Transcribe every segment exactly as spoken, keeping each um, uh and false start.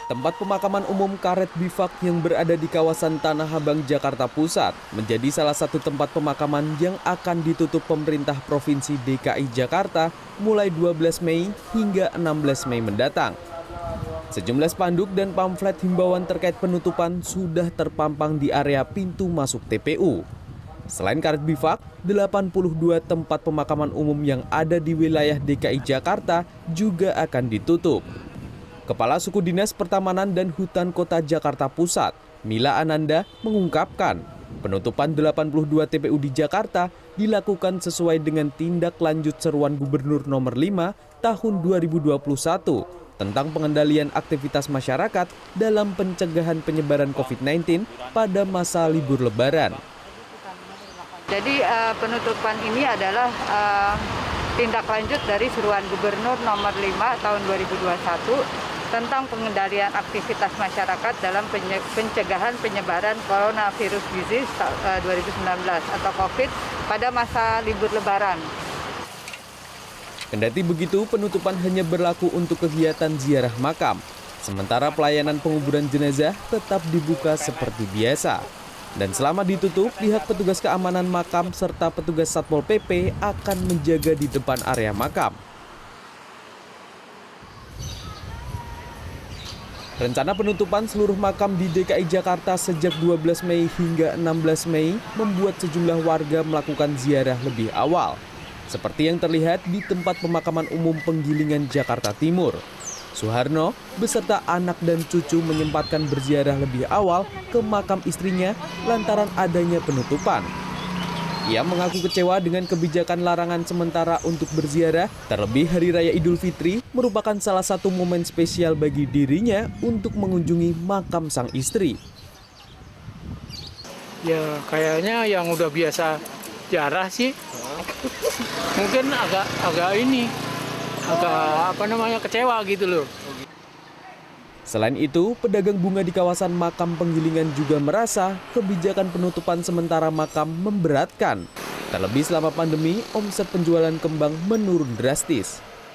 Tempat pemakaman umum Karet Bifak yang berada di kawasan Tanah Abang, Jakarta Pusat menjadi salah satu tempat pemakaman yang akan ditutup pemerintah Provinsi D K I Jakarta mulai dua belas Mei hingga enam belas Mei mendatang. Sejumlah spanduk dan pamflet himbauan terkait penutupan sudah terpampang di area pintu masuk T P U. Selain Karet Bifak, delapan puluh dua tempat pemakaman umum yang ada di wilayah D K I Jakarta juga akan ditutup. Kepala Suku Dinas Pertamanan dan Hutan Kota Jakarta Pusat, Mila Ananda, mengungkapkan penutupan delapan puluh dua T P U di Jakarta dilakukan sesuai dengan tindak lanjut seruan Gubernur nomor lima tahun dua ribu dua puluh satu tentang pengendalian aktivitas masyarakat dalam pencegahan penyebaran COVID sembilan belas pada masa libur Lebaran. Jadi uh, penutupan ini adalah uh, tindak lanjut dari seruan Gubernur nomor lima tahun dua ribu dua puluh satu tentang pengendalian aktivitas masyarakat dalam pencegahan penyebaran coronavirus disease dua ribu sembilan belas atau COVID pada masa libur Lebaran. Kendati begitu, penutupan hanya berlaku untuk kegiatan ziarah makam, sementara pelayanan penguburan jenazah tetap dibuka seperti biasa. Dan selama ditutup, pihak petugas keamanan makam serta petugas Satpol P P akan menjaga di depan area makam. Rencana penutupan seluruh makam di D K I Jakarta sejak dua belas Mei hingga enam belas Mei membuat sejumlah warga melakukan ziarah lebih awal. Seperti yang terlihat di tempat pemakaman umum Penggilingan, Jakarta Timur. Suharno beserta anak dan cucu menyempatkan berziarah lebih awal ke makam istrinya lantaran adanya penutupan. Ia mengaku kecewa dengan kebijakan larangan sementara untuk berziarah, terlebih Hari Raya Idul Fitri merupakan salah satu momen spesial bagi dirinya untuk mengunjungi makam sang istri. Ya kayaknya yang udah biasa ziarah sih, mungkin agak agak ini, agak apa namanya kecewa gitu loh. Selain itu, pedagang bunga di kawasan makam Penggilingan juga merasa kebijakan penutupan sementara makam memberatkan. Terlebih selama pandemi, omset penjualan kembang menurun drastis.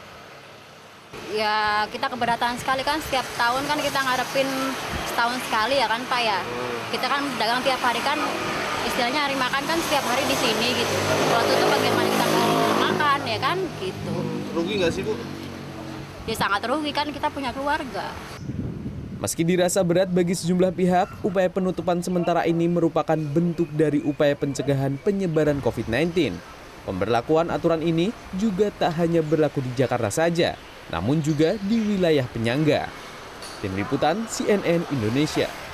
Ya kita keberatan sekali kan, setiap tahun kan kita ngarepin setahun sekali ya kan Pak ya. Kita kan dagang tiap hari kan, istilahnya hari makan kan setiap hari di sini gitu. Kalau tutup bagaimana kita mau makan ya kan gitu. Rugi nggak sih Bu? Ya sangat rugi kan, kita punya keluarga. Meski dirasa berat bagi sejumlah pihak, upaya penutupan sementara ini merupakan bentuk dari upaya pencegahan penyebaran COVID sembilan belas. Pemberlakuan aturan ini juga tak hanya berlaku di Jakarta saja, namun juga di wilayah penyangga. Tim Liputan C N N Indonesia.